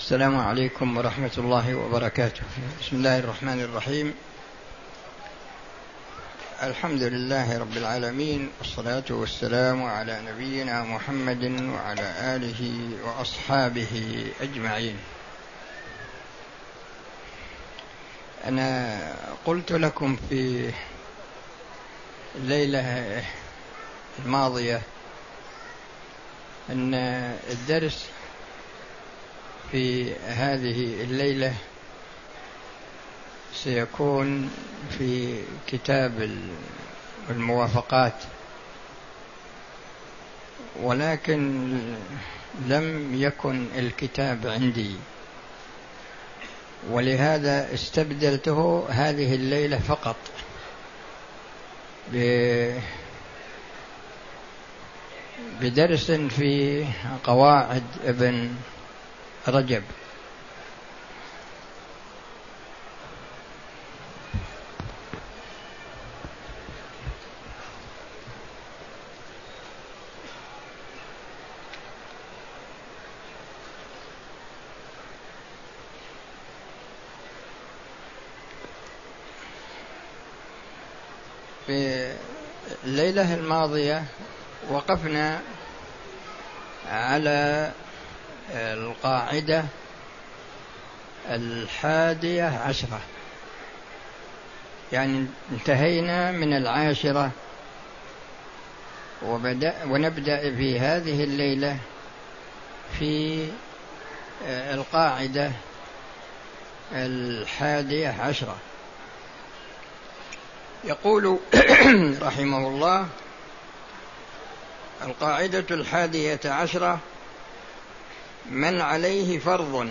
السلام عليكم ورحمة الله وبركاته. بسم الله الرحمن الرحيم. الحمد لله رب العالمين، والصلاة والسلام على نبينا محمد وعلى آله وأصحابه أجمعين. أنا قلت لكم في الليلة الماضية أن الدرس في هذه الليلة سيكون في كتاب الموافقات، ولكن لم يكن الكتاب عندي، ولهذا استبدلته هذه الليلة فقط بدرس في قواعد ابن رجب. في الليلة الماضية وقفنا على القاعدة 11، يعني انتهينا من 10 ونبدأ في هذه الليلة في القاعدة 11. يقول رحمه الله: القاعدة 11: من عليه فرض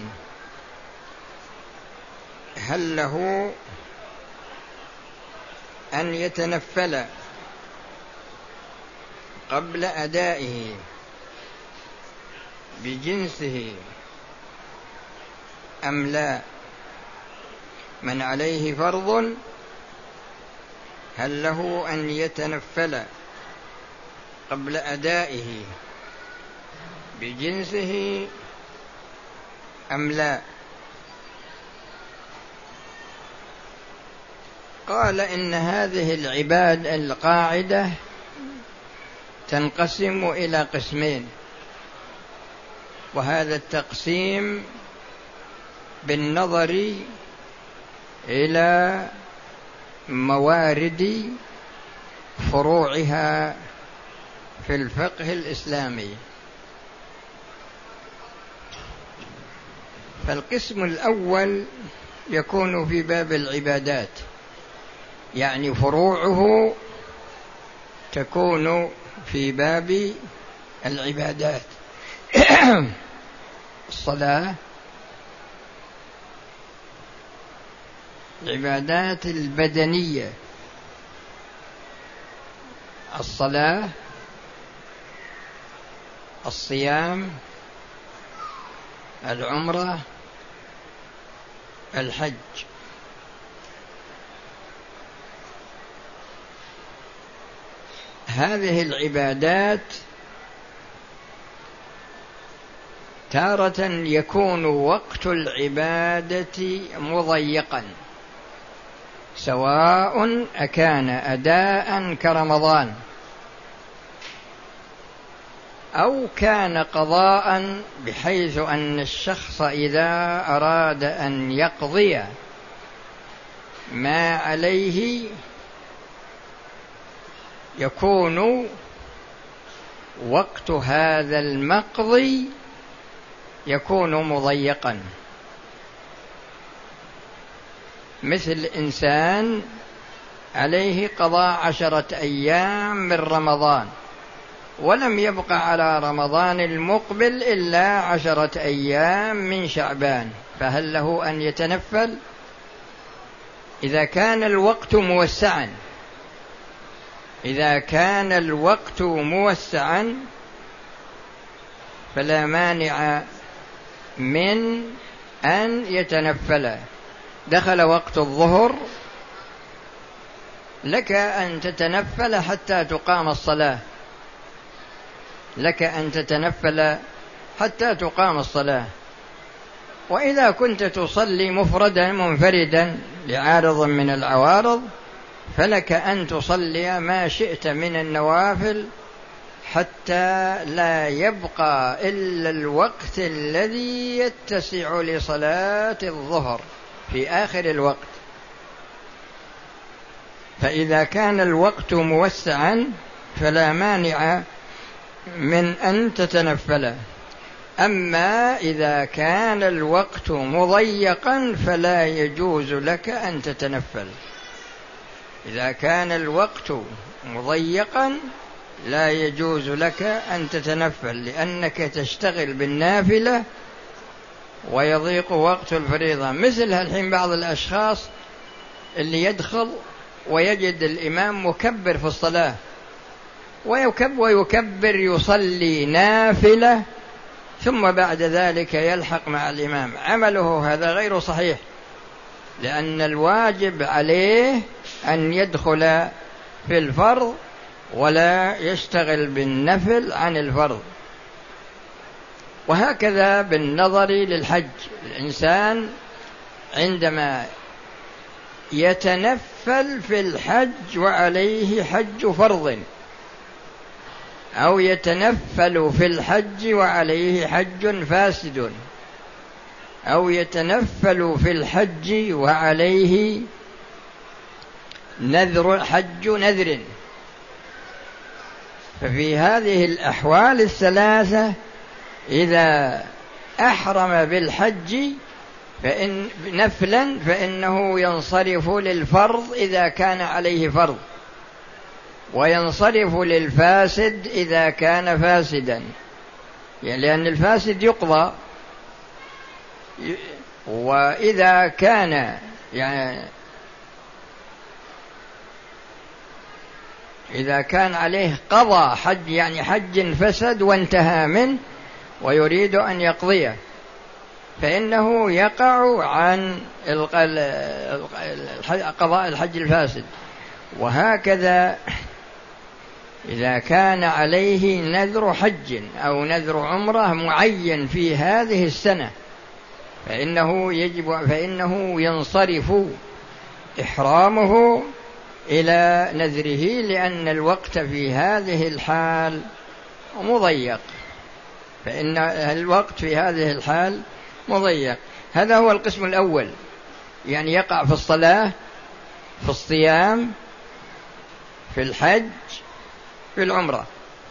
هل له أن يتنفل قبل أدائه بجنسه أم لا؟ من عليه فرض هل له أن يتنفل قبل أدائه بجنسه أم لا؟ قال إن هذه القاعدة تنقسم إلى قسمين، وهذا التقسيم بالنظر إلى موارد فروعها في الفقه الإسلامي. فالقسم الأول يكون في باب العبادات، يعني فروعه تكون في باب العبادات الصلاة، العبادات البدنية، الصلاة، الصيام، العمرة، الحج. هذه العبادات تارة يكون وقت العبادة مضيقا، سواء أكان أداء كرمضان أو كان قضاء، بحيث أن الشخص إذا أراد أن يقضي ما عليه يكون وقت هذا المقضي يكون مضيقا. مثل إنسان عليه قضاء 10 أيام من رمضان ولم يبق على رمضان المقبل إلا 10 أيام من شعبان، فهل له أن يتنفل؟ إذا كان الوقت موسعا، إذا كان الوقت موسعا فلا مانع من أن يتنفل. دخل وقت الظهر، لك أن تتنفل حتى تقام الصلاة، لك أن تتنفل حتى تقام الصلاة. وإذا كنت تصلي مفردا منفردا لعارض من العوارض فلك أن تصلي ما شئت من النوافل حتى لا يبقى إلا الوقت الذي يتسع لصلاة الظهر في آخر الوقت. فإذا كان الوقت موسعا فلا مانع من أن تتنفل، أما إذا كان الوقت مضيقا فلا يجوز لك أن تتنفل. إذا كان الوقت مضيقا لا يجوز لك أن تتنفل، لأنك تشتغل بالنافلة ويضيق وقت الفريضة. مثل الحين بعض الأشخاص اللي يدخل ويجد الإمام مكبر في الصلاة ويكبر يصلي نافلة ثم بعد ذلك يلحق مع الإمام، عمله هذا غير صحيح، لأن الواجب عليه أن يدخل في الفرض ولا يشتغل بالنفل عن الفرض. وهكذا بالنظر للحج، الإنسان عندما يتنفل في الحج وعليه حج فرض، أو يتنفل في الحج وعليه حج فاسد، أو يتنفل في الحج وعليه حج نذر، ففي هذه الأحوال الثلاثة إذا أحرم بالحج نفلا فإنه ينصرف للفرض إذا كان عليه فرض، وينصرف للفاسد إذا كان فاسدا، يعني لأن الفاسد يقضى. وإذا كان إذا كان عليه قضى حج، يعني حج فسد وانتهى منه ويريد أن يقضيه، فإنه يقع عن قضاء الحج الفاسد. وهكذا إذا كان عليه نذر حج أو نذر عمرة معين في هذه السنة فإنه ينصرف إحرامه إلى نذره، لأن الوقت في هذه الحال مضيق، فإن الوقت في هذه الحال مضيق. هذا هو القسم الأول، يعني يقع في الصلاة، في الصيام، في الحج، في العمرة.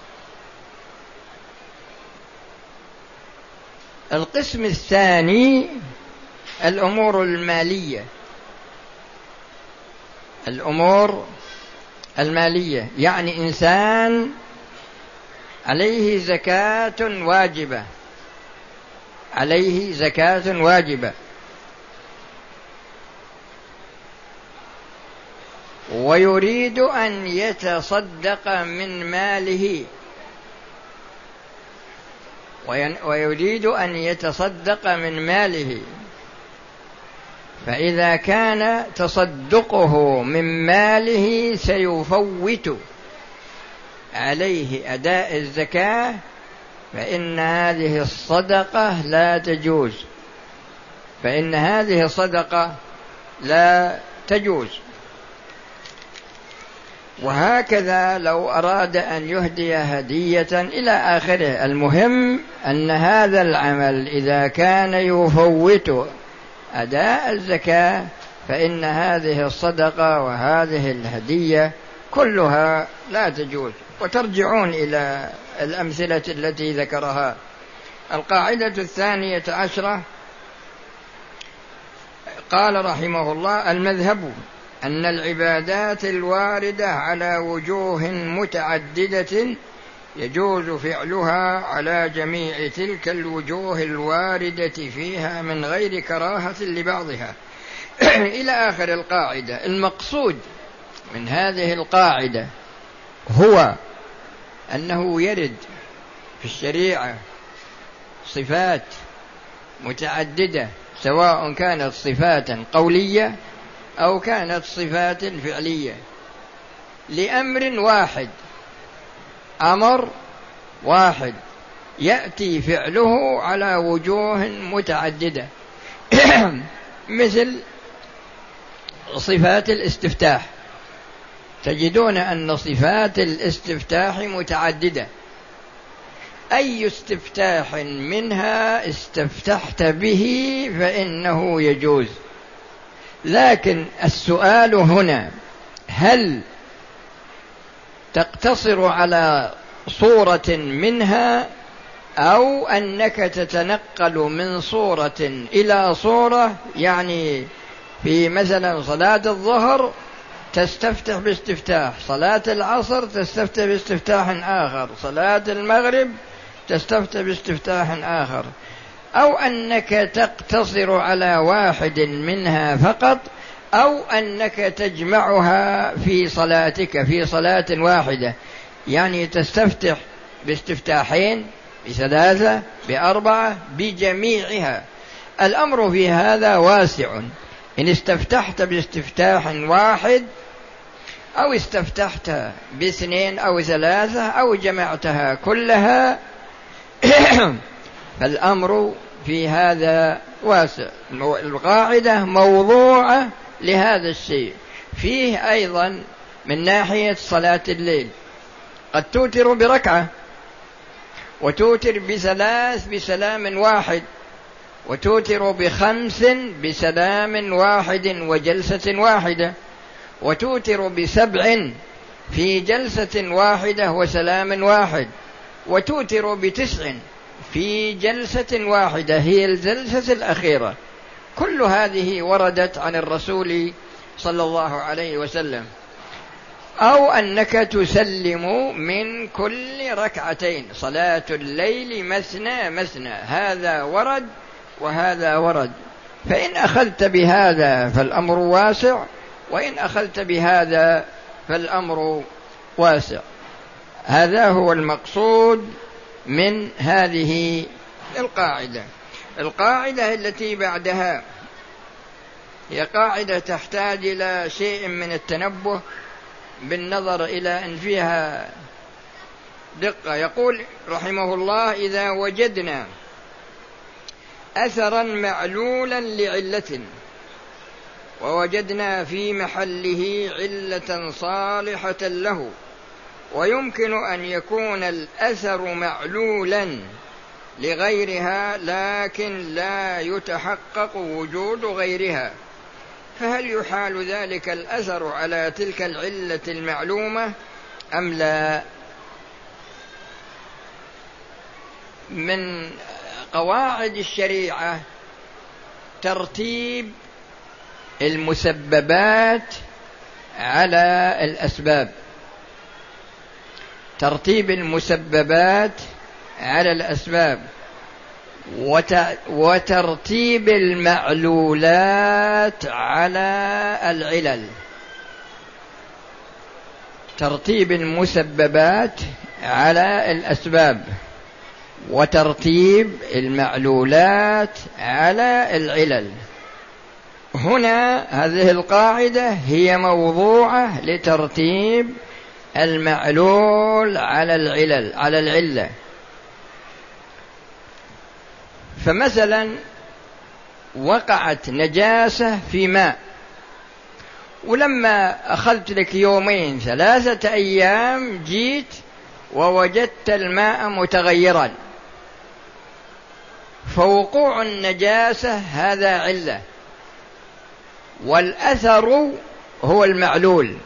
القسم الثاني الأمور المالية. الأمور المالية يعني إنسان عليه زكاة واجبة، عليه زكاة واجبة، ويريد أن يتصدق من ماله، ويريد أن يتصدق من ماله، فإذا كان تصدقه من ماله سيفوت عليه أداء الزكاة فإن هذه الصدقة لا تجوز، فإن هذه الصدقة لا تجوز. وهكذا لو أراد أن يهدي هدية إلى آخره. المهم أن هذا العمل إذا كان يفوت أداء الزكاة فإن هذه الصدقة وهذه الهدية كلها لا تجوز. وترجعون إلى الأمثلة التي ذكرها. القاعدة 12 قال رحمه الله: المذهب أن العبادات الواردة على وجوه متعددة يجوز فعلها على جميع تلك الوجوه الواردة فيها من غير كراهة لبعضها إلى آخر القاعدة. المقصود من هذه القاعدة هو أنه يرد في الشريعة صفات متعددة، سواء كانت صفات قولية أو كانت صفات فعلية، لأمر واحد، أمر واحد يأتي فعله على وجوه متعددة. مثل صفات الاستفتاح، تجدون أن صفات الاستفتاح متعددة، أي استفتاح منها استفتحت به فإنه يجوز. لكن السؤال هنا هل تقتصر على صورة منها أو أنك تتنقل من صورة إلى صورة؟ يعني في مثلا صلاة الظهر تستفتح باستفتاح، صلاة العصر تستفتح باستفتاح آخر، صلاة المغرب تستفتح باستفتاح آخر، أو أنك تقتصر على واحد منها فقط، أو أنك تجمعها في صلاتك في صلاة واحدة، يعني تستفتح باستفتاحين، بثلاثة، بأربعة، بجميعها. الأمر في هذا واسع، إن استفتحت باستفتاح واحد أو استفتحت باثنين أو ثلاثة أو جمعتها كلها فالأمر في هذا واسع. القاعدة موضوعة لهذا الشيء. فيه أيضا من ناحية صلاة الليل قد توتر بركعة، وتوتر بثلاث بسلام واحد، وتوتر بخمس بسلام واحد وجلسة واحدة، وتوتر بسبع في جلسة واحدة وسلام واحد، وتوتر بتسع في جلسة واحدة هي الجلسة الأخيرة. كل هذه وردت عن الرسول صلى الله عليه وسلم. أو أنك تسلم من كل ركعتين، صلاة الليل مثنى مثنى، هذا ورد وهذا ورد. فإن أخذت بهذا فالأمر واسع، وإن أخذت بهذا فالأمر واسع. هذا هو المقصود من هذه القاعدة. القاعدة التي بعدها هي قاعدة تحتاج إلى شيء من التنبه بالنظر إلى أن فيها دقة. يقول رحمه الله: إذا وجدنا أثرا معلولا لعلة ووجدنا في محله علة صالحة له، ويمكن أن يكون الأثر معلولا لغيرها لكن لا يتحقق وجود غيرها، فهل يحال ذلك الأثر على تلك العلة المعلومة أم لا؟ من قواعد الشريعة ترتيب المسببات على الأسباب، ترتيب المسببات على الأسباب، وترتيب المعلولات على العلل. ترتيب المسببات على الأسباب، وترتيب المعلولات على العلل. هنا هذه القاعدة هي موضوعة لترتيب المعلول على العلل، على العلة. فمثلا وقعت نجاسة في ماء، ولما أخذت لك يومين 3 أيام جيت ووجدت الماء متغيرا، فوقوع النجاسة هذا علة، والأثر هو المعلول.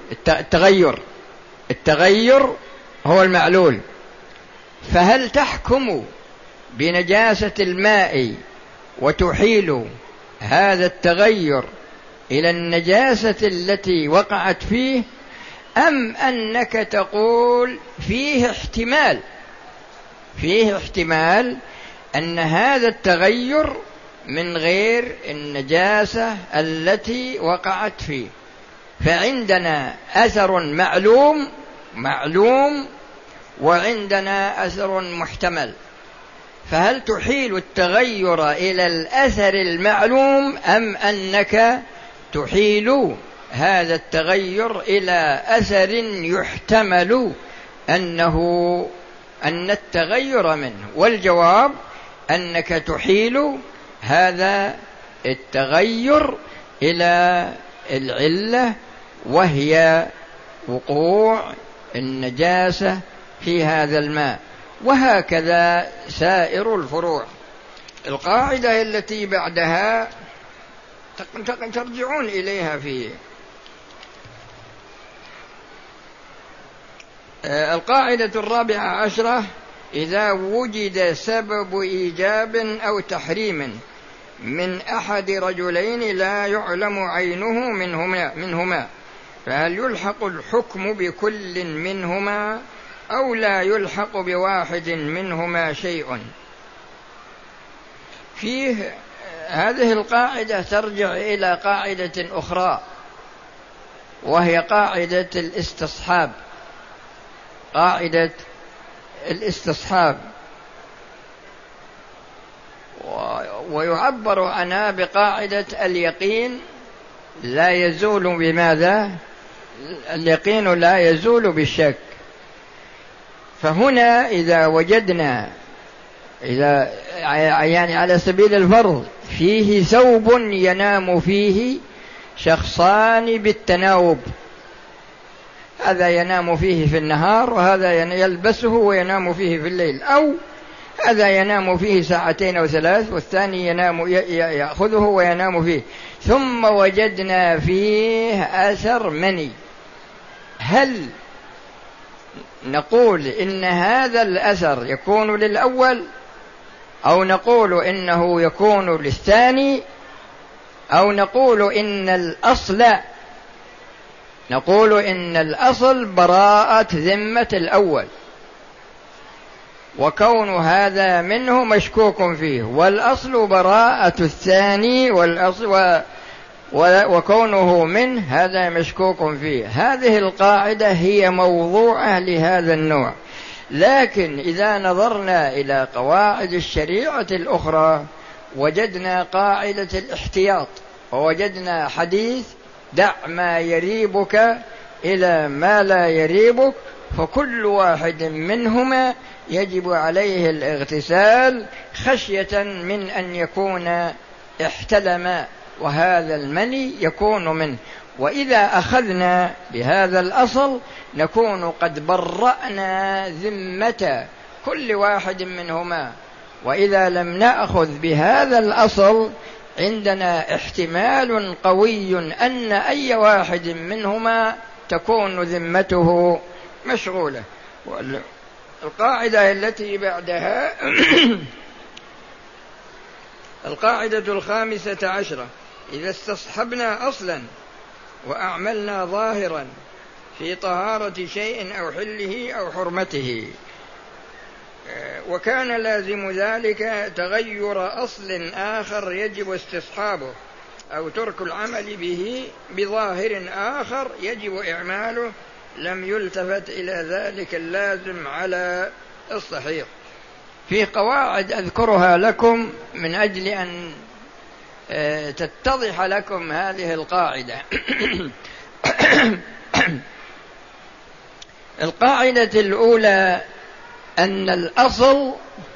التغير هو المعلول. فهل تحكم بنجاسة الماء وتحيل هذا التغير إلى النجاسة التي وقعت فيه، أم أنك تقول فيه احتمال أن هذا التغير من غير النجاسة التي وقعت فيه؟ فعندنا أثر معلوم وعندنا أثر محتمل، فهل تحيل التغير إلى الأثر المعلوم أم أنك تحيل هذا التغير إلى أثر يحتمل أن التغير منه؟ والجواب أنك تحيل هذا التغير إلى العلة، وهي وقوع النجاسة في هذا الماء. وهكذا سائر الفروع. القاعدة التي بعدها ترجعون إليها في القاعدة 14: إذا وجد سبب إيجاب أو تحريم من أحد رجلين لا يعلم عينه منهما فهل يلحق الحكم بكل منهما أو لا يلحق بواحد منهما شيء؟ فيه هذه القاعدة ترجع إلى قاعدة أخرى، وهي قاعدة الاستصحاب. قاعدة الاستصحاب، ويعبر عنها بقاعدة اليقين لا يزول بماذا؟ اليقين لا يزول بالشك. فهنا إذا وجدنا يعني على سبيل الفرض فيه ثوب ينام فيه شخصان بالتناوب، هذا ينام فيه في النهار وهذا يلبسه وينام فيه في الليل، أو هذا ينام فيه 2 أو 3 والثاني يأخذه وينام فيه، ثم وجدنا فيه أثر مني، هل نقول إن هذا الأثر يكون للأول أو نقول إنه يكون للثاني أو نقول إن الأصل براءة ذمة الأول، وكون هذا منه مشكوك فيه، والأصل براءة الثاني وكونه منه هذا مشكوك فيه. هذه القاعدة هي موضوعة لهذا النوع. لكن إذا نظرنا إلى قواعد الشريعة الأخرى وجدنا قاعدة الاحتياط، ووجدنا حديث دع ما يريبك إلى ما لا يريبك، فكل واحد منهما يجب عليه الاغتسال خشية من أن يكون احتلم وهذا المني يكون منه. وإذا أخذنا بهذا الأصل نكون قد برأنا ذمة كل واحد منهما. وإذا لم نأخذ بهذا الأصل عندنا احتمال قوي أن أي واحد منهما تكون ذمته مشغولة. القاعدة التي بعدها القاعدة 15: إذا استصحبنا أصلا وأعملنا ظاهرا في طهارة شيء أو حله أو حرمته، وكان لازم ذلك تغير أصل آخر يجب استصحابه أو ترك العمل به بظاهر آخر يجب إعماله، لم يلتفت إلى ذلك اللازم على الصحيح. في قواعد أذكرها لكم من أجل أن تتضح لكم هذه القاعدة. القاعدة الأولى أن الأصل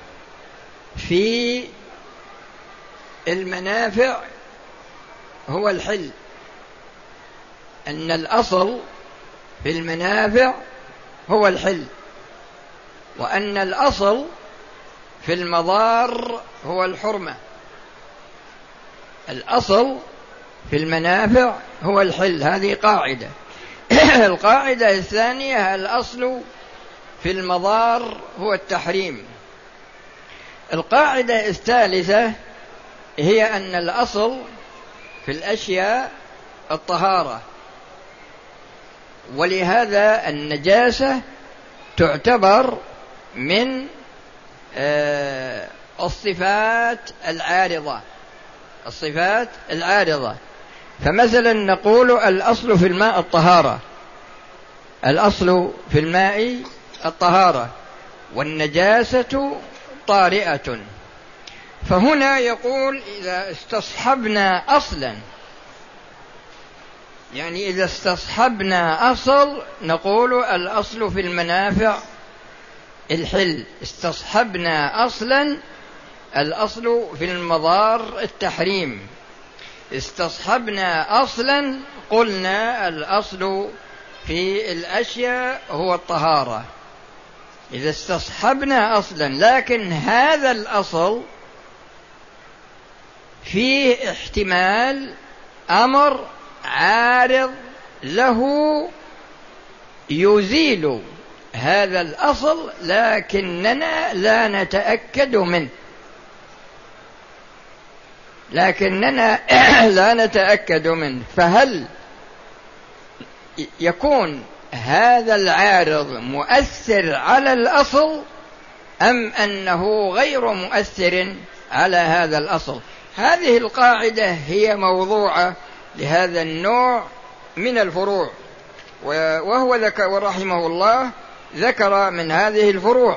في المنافع هو الحل، أن الأصل في المنافع هو الحل، وأن الأصل في المضار هو الحرمة. الأصل في المنافع هو الحل، هذه قاعدة. القاعدة الثانية: الأصل في المضار هو التحريم. القاعدة الثالثة هي أن الأصل في الأشياء الطهارة، ولهذا النجاسة تعتبر من الصفات العارضة. فمثلا نقول الأصل في الماء الطهارة، الأصل في الماء الطهارة والنجاسة طارئة. فهنا يقول إذا استصحبنا أصلا، يعني إذا استصحبنا أصل نقول الأصل في المنافع الحل، استصحبنا أصلا الأصل في المضار التحريم. استصحبنا أصلا قلنا الأصل في الأشياء هو الطهارة. إذا استصحبنا أصلا لكن هذا الأصل فيه احتمال أمر عارض له يزيل هذا الأصل لكننا لا نتأكد منه، فهل يكون هذا العارض مؤثر على الأصل أم أنه غير مؤثر على هذا الأصل؟ هذه القاعدة هي موضوعة لهذا النوع من الفروع، وهو ذكر رحمه الله ذكر من هذه الفروع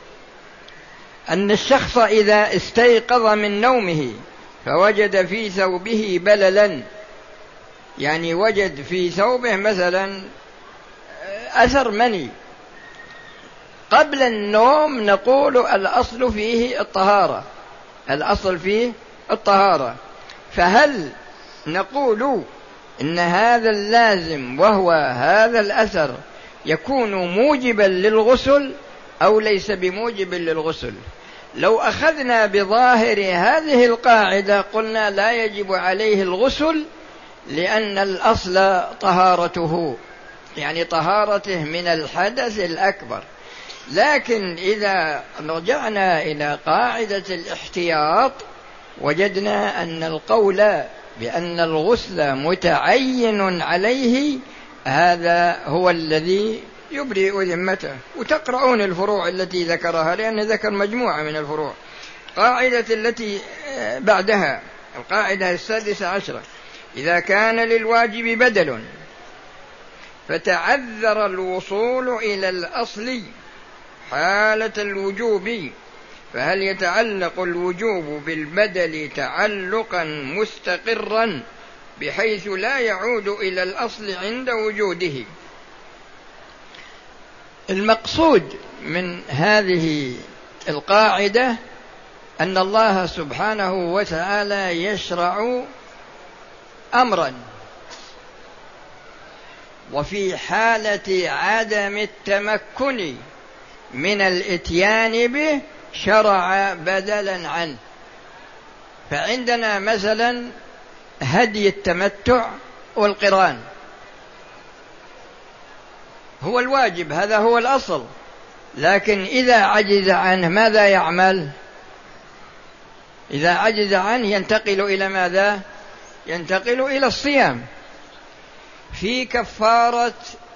أن الشخص إذا استيقظ من نومه فوجد في ثوبه بللا، يعني وجد في ثوبه مثلا أثر مني، قبل النوم نقول الأصل فيه الطهارة، فهل نقول إن هذا اللازم وهو هذا الأثر يكون موجبا للغسل أو ليس بموجب للغسل؟ لو أخذنا بظاهر هذه القاعدة قلنا لا يجب عليه الغسل لأن الأصل طهارته، يعني طهارته من الحدث الأكبر. لكن إذا رجعنا إلى قاعدة الاحتياط وجدنا أن القول بأن الغسل متعين عليه هذا هو الذي يبرئ ذمته. وتقرؤون الفروع التي ذكرها لأن ذكر مجموعة من الفروع. قاعدة التي بعدها القاعدة 16: إذا كان للواجب بدل فتعذر الوصول إلى الأصل حالة الوجوب فهل يتعلق الوجوب بالبدل تعلقا مستقرا بحيث لا يعود إلى الأصل عند وجوده؟ المقصود من هذه القاعدة أن الله سبحانه وتعالى يشرع أمرا، وفي حالة عدم التمكن من الإتيان به شرع بدلا عنه. فعندنا مثلا هدي التمتع والقران هو الواجب، هذا هو الأصل، لكن إذا عجز عنه ماذا يعمل؟ إذا عجز عنه ينتقل إلى ماذا؟ ينتقل إلى الصيام. في كفارة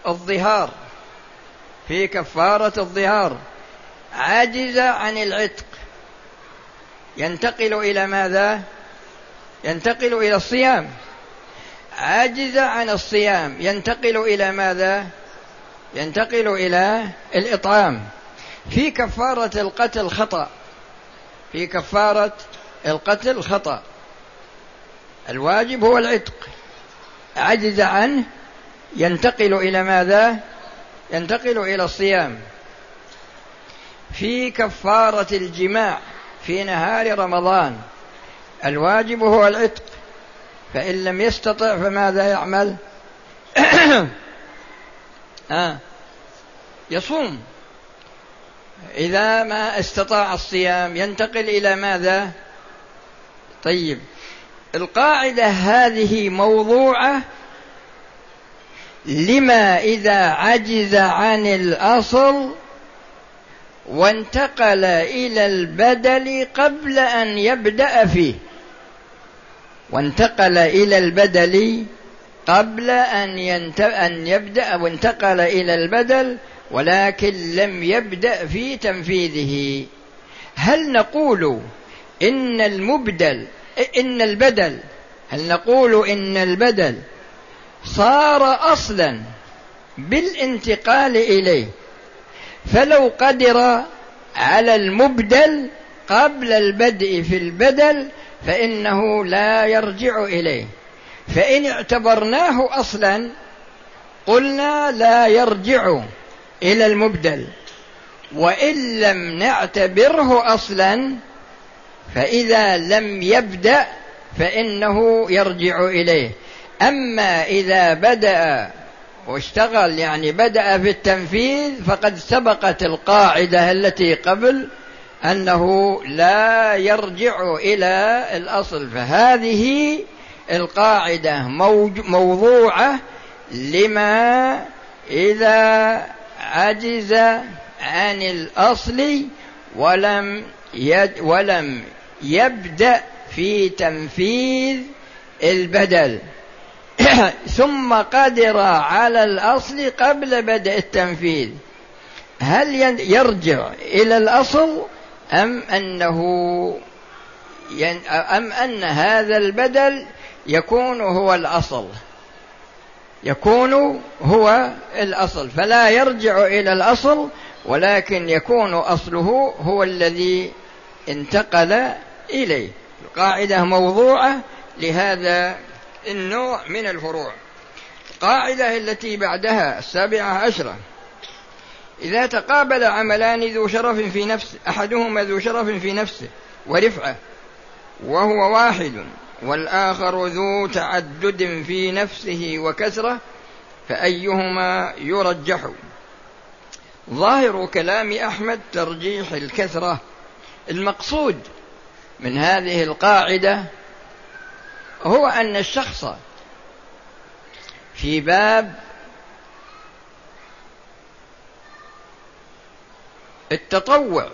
الظهار عجز عن العتق ينتقل إلى ماذا؟ ينتقل إلى الصيام. عجز عن الصيام ينتقل إلى ماذا؟ ينتقل إلى الإطعام. في كفارة القتل خطأ الواجب هو العتق، عجز عنه ينتقل إلى ماذا؟ ينتقل إلى الصيام. في كفارة الجماع في نهار رمضان الواجب هو العتق، فإن لم يستطع فماذا يعمل؟ يصوم. إذا ما استطاع الصيام ينتقل إلى ماذا؟ طيب، القاعدة هذه موضوعة لما إذا عجز عن الأصل وانتقل إلى البدل قبل أن يبدأ فيه، وانتقل إلى البدل قبل أن يبدأ، وانتقل إلى البدل ولكن لم يبدأ في تنفيذه. هل نقول إن البدل صار أصلا بالانتقال إليه، فلو قدر على المبدل قبل البدء في البدل فإنه لا يرجع إليه، فإن اعتبرناه أصلا قلنا لا يرجع إلى المبدل، وإن لم نعتبره أصلا فإذا لم يبدأ فإنه يرجع إليه. أما إذا بدأ واشتغل يعني بدأ في التنفيذ فقد سبقت القاعدة التي قبل أنه لا يرجع إلى الأصل. فهذه القاعدة موضوعة لما إذا عجز عن الأصل ولم يبدأ في تنفيذ البدل ثم قدر على الأصل قبل بدء التنفيذ، هل يرجع إلى الأصل أم أن هذا البدل يكون هو الأصل؟ يكون هو الأصل، فلا يرجع إلى الأصل ولكن يكون أصله هو الذي انتقل إليه. القاعدة موضوعة لهذا النوع من الفروع. القاعدة التي بعدها 17: إذا تقابل عملان ذو شرف في نفسه، أحدهما ذو شرف في نفسه ورفعة وهو واحد، والآخر ذو تعدد في نفسه وكثرة، فأيهما يرجح؟ ظاهر كلام أحمد ترجيح الكثرة. المقصود من هذه القاعدة هو أن الشخص في باب التطوع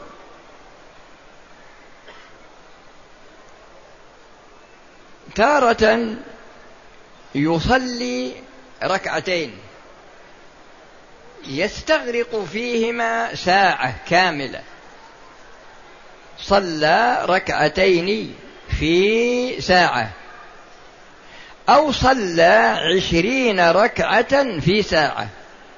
تارة يصلي ركعتين يستغرق فيهما ساعة كاملة، صلى ركعتين في ساعة، أو صلى 20 ركعة في ساعة،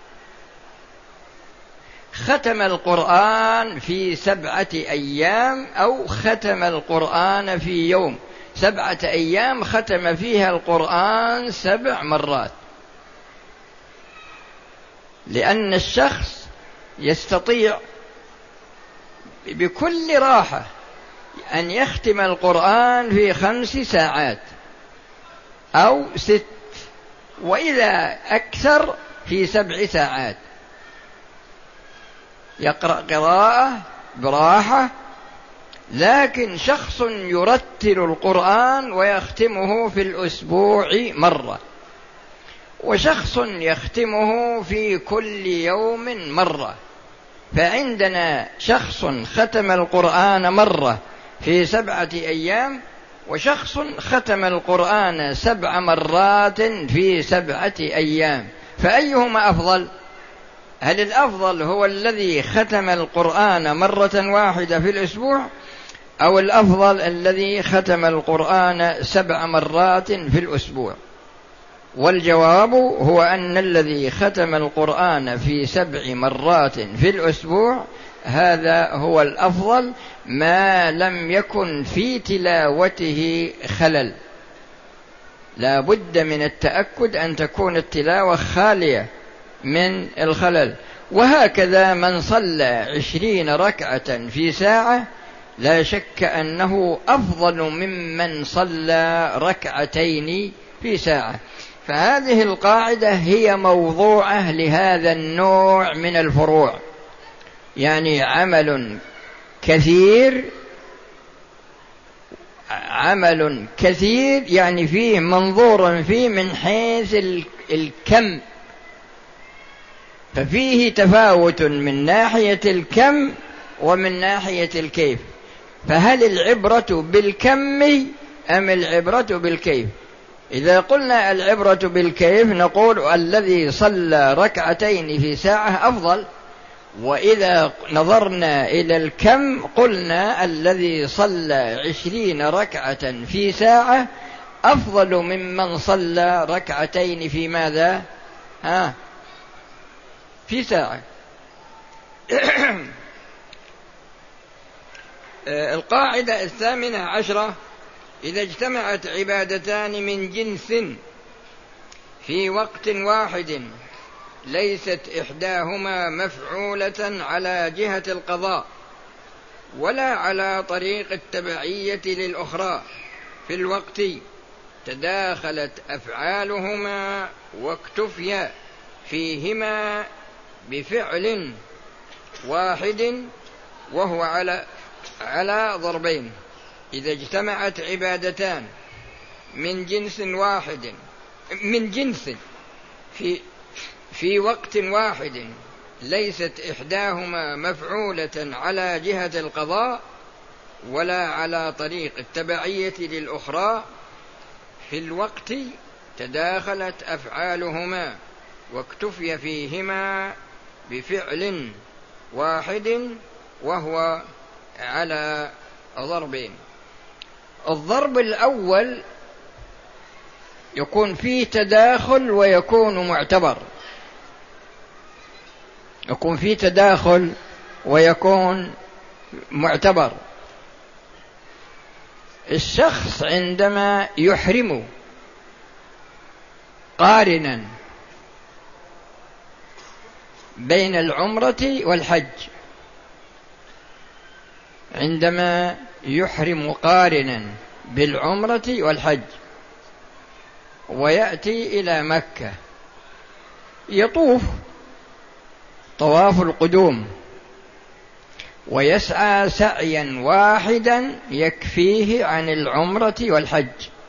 ختم القرآن في 7 أيام، أو ختم القرآن في يوم، 7 أيام ختم فيها القرآن 7 مرات. لأن الشخص يستطيع بكل راحة أن يختم القرآن في 5 ساعات أو 6، وإذا أكثر في 7 ساعات، يقرأ قراءة براحة. لكن شخص يرتل القرآن ويختمه في الأسبوع مرة، وشخص يختمه في كل يوم مرة. فعندنا شخص ختم القرآن مرة في 7 أيام، وشخص ختم القرآن 7 مرات في 7 أيام، فأيهما أفضل؟ هل الأفضل هو الذي ختم القرآن مرة واحدة في الأسبوع، أو الأفضل الذي ختم القرآن 7 مرات في الأسبوع؟ والجواب هو أن الذي ختم القرآن في 7 مرات في الأسبوع هذا هو الأفضل، ما لم يكن في تلاوته خلل. لا بد من التأكد أن تكون التلاوة خالية من الخلل. وهكذا من صلى 20 ركعة في ساعة لا شك أنه أفضل ممن صلى 2 ركعتين في ساعة. فهذه القاعدة هي موضوعة لهذا النوع من الفروع، يعني عمل كثير يعني فيه منظور فيه من حيث الكم، ففيه تفاوت من ناحية الكم ومن ناحية الكيف. فهل العبرة بالكم أم العبرة بالكيف؟ إذا قلنا العبرة بالكيف نقول الذي صلى 2 ركعتين في ساعة أفضل، وإذا نظرنا إلى الكم قلنا الذي صلى 20 ركعة في ساعة أفضل ممن صلى 2 ركعتين في ماذا؟ في ساعة. القاعدة 18: إذا اجتمعت عبادتان من جنس في وقت واحد ليست إحداهما مفعولة على جهة القضاء ولا على طريق التبعية للأخرى، في الوقت تداخلت أفعالهما واكتفي فيهما بفعل واحد وهو على ضربين. إذا اجتمعت عبادتان من جنس واحد من جنس في وقت واحد ليست إحداهما مفعولة على جهة القضاء ولا على طريق التبعية للأخرى، في الوقت تداخلت أفعالهما واكتفي فيهما بفعل واحد وهو على ضربين. الضرب الأول يكون فيه تداخل ويكون معتبر، يكون فيه تداخل ويكون معتبر. الشخص عندما يحرم قارنا بين العمرة والحج، عندما يحرم قارنا بالعمرة والحج ويأتي إلى مكة يطوف طواف القدوم ويسعى سعيا واحدا يكفيه عن العمرة والحج،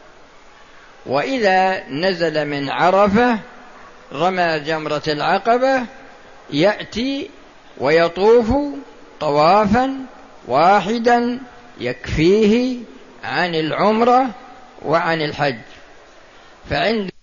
وإذا نزل من عرفة رمى جمرة العقبة يأتي ويطوف طوافا واحدا يكفيه عن العمرة وعن الحج. فعند